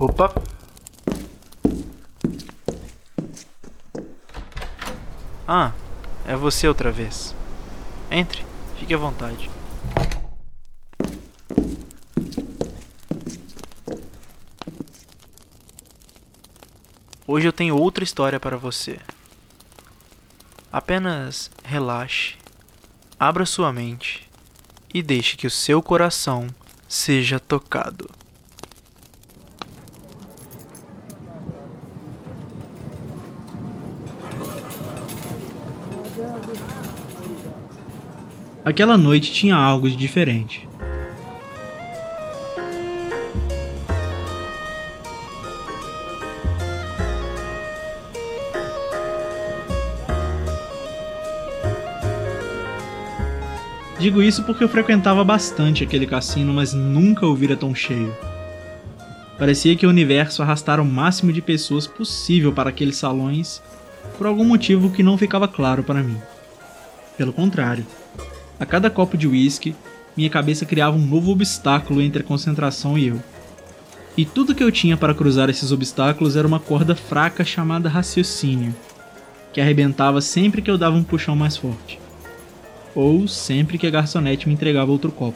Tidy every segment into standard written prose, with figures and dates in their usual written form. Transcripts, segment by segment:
Opa! Ah, é você outra vez. Entre, fique à vontade. Hoje eu tenho outra história para você. Apenas relaxe, abra sua mente e deixe que o seu coração seja tocado. Aquela noite tinha algo de diferente. Digo isso porque eu frequentava bastante aquele cassino, mas nunca o vira tão cheio. Parecia que o universo arrastara o máximo de pessoas possível para aqueles salões, por algum motivo que não ficava claro para mim. Pelo contrário, a cada copo de uísque, minha cabeça criava um novo obstáculo entre a concentração e eu. E tudo que eu tinha para cruzar esses obstáculos era uma corda fraca chamada raciocínio, que arrebentava sempre que eu dava um puxão mais forte. Ou sempre que a garçonete me entregava outro copo.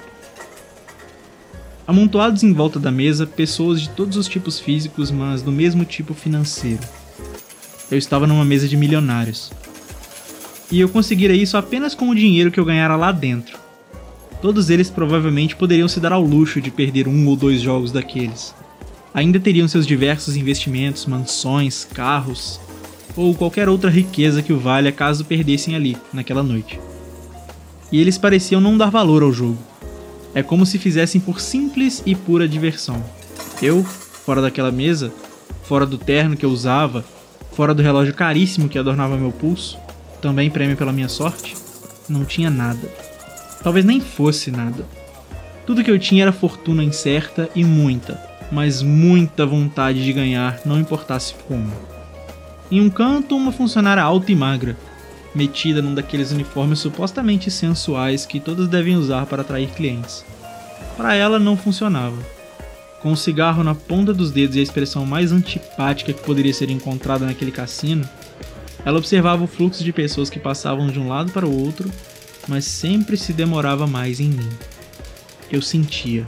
Amontoados em volta da mesa, pessoas de todos os tipos físicos, mas do mesmo tipo financeiro. Eu estava numa mesa de milionários. E eu conseguira isso apenas com o dinheiro que eu ganhara lá dentro. Todos eles provavelmente poderiam se dar ao luxo de perder 1 ou 2 jogos daqueles. Ainda teriam seus diversos investimentos, mansões, carros, ou qualquer outra riqueza que o valha caso perdessem ali, naquela noite. E eles pareciam não dar valor ao jogo. É como se fizessem por simples e pura diversão. Eu, fora daquela mesa, fora do terno que eu usava, fora do relógio caríssimo que adornava meu pulso, também prêmio pela minha sorte, não tinha nada. Talvez nem fosse nada. Tudo que eu tinha era fortuna incerta e muita, mas muita vontade de ganhar, não importasse como. Em um canto, uma funcionária alta e magra, metida num daqueles uniformes supostamente sensuais que todos devem usar para atrair clientes. Para ela não funcionava. Com um cigarro na ponta dos dedos e a expressão mais antipática que poderia ser encontrada naquele cassino, ela observava o fluxo de pessoas que passavam de um lado para o outro, mas sempre se demorava mais em mim. Eu sentia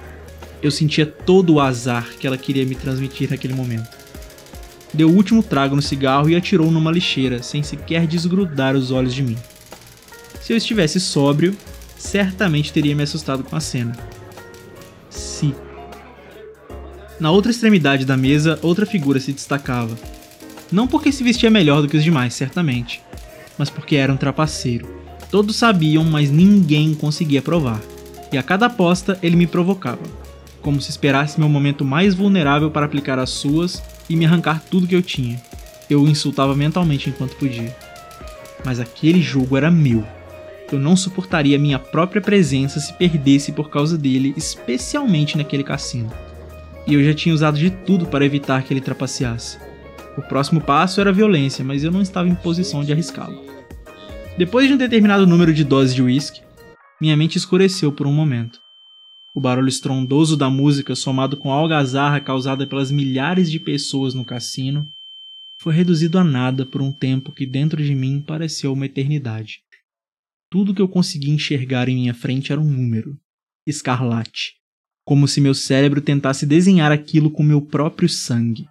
todo o azar que ela queria me transmitir naquele momento. Deu o último trago no cigarro e atirou numa lixeira, sem sequer desgrudar os olhos de mim. Se eu estivesse sóbrio, certamente teria me assustado com a cena. Na outra extremidade da mesa, outra figura se destacava. Não porque se vestia melhor do que os demais, certamente, mas porque era um trapaceiro. Todos sabiam, mas ninguém conseguia provar. E a cada aposta ele me provocava, como se esperasse meu momento mais vulnerável para aplicar as suas e me arrancar tudo que eu tinha. Eu o insultava mentalmente enquanto podia. Mas aquele jogo era meu. Eu não suportaria minha própria presença se perdesse por causa dele, especialmente naquele cassino. E eu já tinha usado de tudo para evitar que ele trapaceasse. O próximo passo era violência, mas eu não estava em posição de arriscá-lo. Depois de um determinado número de doses de uísque, minha mente escureceu por um momento. O barulho estrondoso da música, somado com a algazarra causada pelas milhares de pessoas no cassino, foi reduzido a nada por um tempo que dentro de mim pareceu uma eternidade. Tudo que eu conseguia enxergar em minha frente era um número, escarlate, como se meu cérebro tentasse desenhar aquilo com meu próprio sangue.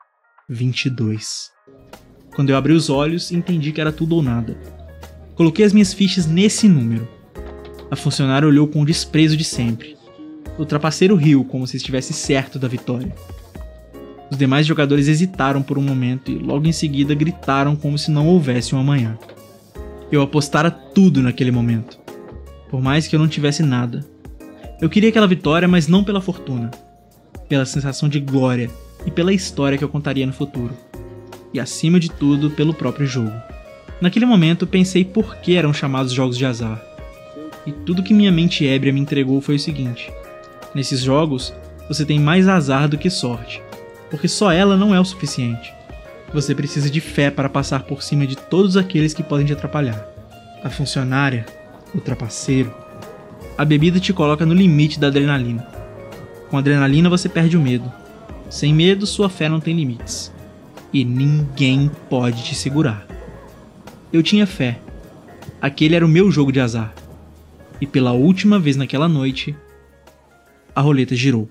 22. Quando eu abri os olhos, entendi que era tudo ou nada. Coloquei as minhas fichas nesse número. A funcionária olhou com o desprezo de sempre. O trapaceiro riu como se estivesse certo da vitória. Os demais jogadores hesitaram por um momento e logo em seguida gritaram como se não houvesse um amanhã. Eu apostara tudo naquele momento, por mais que eu não tivesse nada. Eu queria aquela vitória, mas não pela fortuna, pela sensação de glória e pela história que eu contaria no futuro. E acima de tudo, pelo próprio jogo. Naquele momento pensei por que eram chamados jogos de azar. E tudo que minha mente ébria me entregou foi o seguinte: nesses jogos, você tem mais azar do que sorte, porque só ela não é o suficiente. Você precisa de fé para passar por cima de todos aqueles que podem te atrapalhar. A funcionária, o trapaceiro. A bebida te coloca no limite da adrenalina. Com adrenalina você perde o medo. Sem medo, sua fé não tem limites. E ninguém pode te segurar. Eu tinha fé. Aquele era o meu jogo de azar. E pela última vez naquela noite, a roleta girou.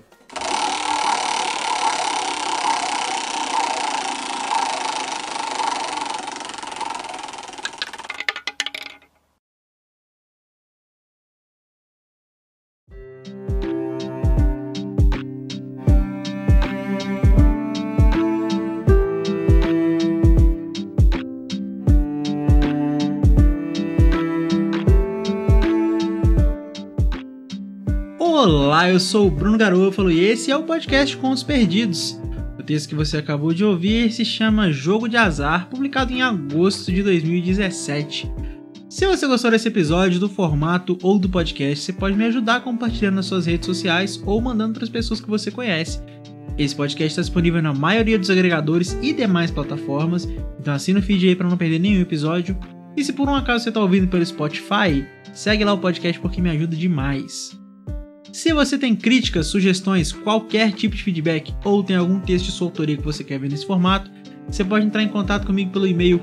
Olá, eu sou o Bruno Garofalo e esse é o podcast Contos Perdidos. O texto que você acabou de ouvir se chama Jogo de Azar, publicado em agosto de 2017. Se você gostou desse episódio, do formato ou do podcast, você pode me ajudar compartilhando nas suas redes sociais ou mandando para as pessoas que você conhece. Esse podcast está disponível na maioria dos agregadores e demais plataformas, então assina o feed aí para não perder nenhum episódio. E se por um acaso você está ouvindo pelo Spotify, segue lá o podcast porque me ajuda demais. Se você tem críticas, sugestões, qualquer tipo de feedback ou tem algum texto de sua autoria que você quer ver nesse formato, você pode entrar em contato comigo pelo e-mail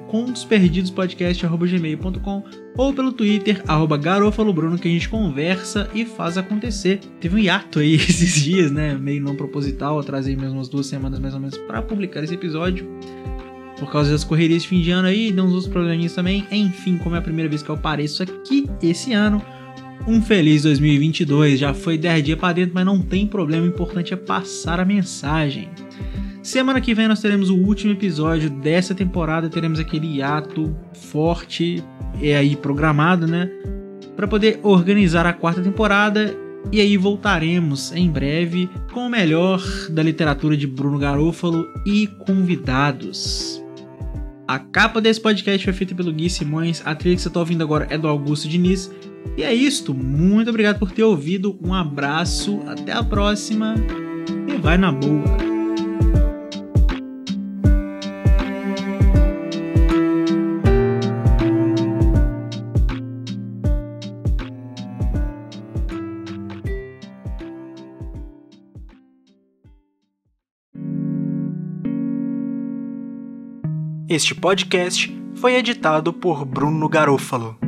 contosperdidospodcast@gmail.com ou pelo Twitter @garofalobruno, que a gente conversa e faz acontecer. Teve um hiato aí esses dias, né? Meio não proposital, atrasei mesmo umas 2 semanas mais ou menos para publicar esse episódio. Por causa das correrias de fim de ano aí, deu uns outros probleminhas também. Enfim, como é a primeira vez que eu apareço aqui esse ano, um feliz 2022, já foi 10 dias pra dentro, mas não tem problema, o importante é passar a mensagem. Semana que vem nós teremos o último episódio dessa temporada, teremos aquele hiato forte, aí programado, né? Pra poder organizar a 4ª temporada, e aí voltaremos em breve com o melhor da literatura de Bruno Garofalo e convidados. A capa desse podcast foi feita pelo Gui Simões, a trilha que você está ouvindo agora é do Augusto Diniz. E é isto, muito obrigado por ter ouvido, um abraço, até a próxima e vai na boa. Este podcast foi editado por Bruno Garofalo.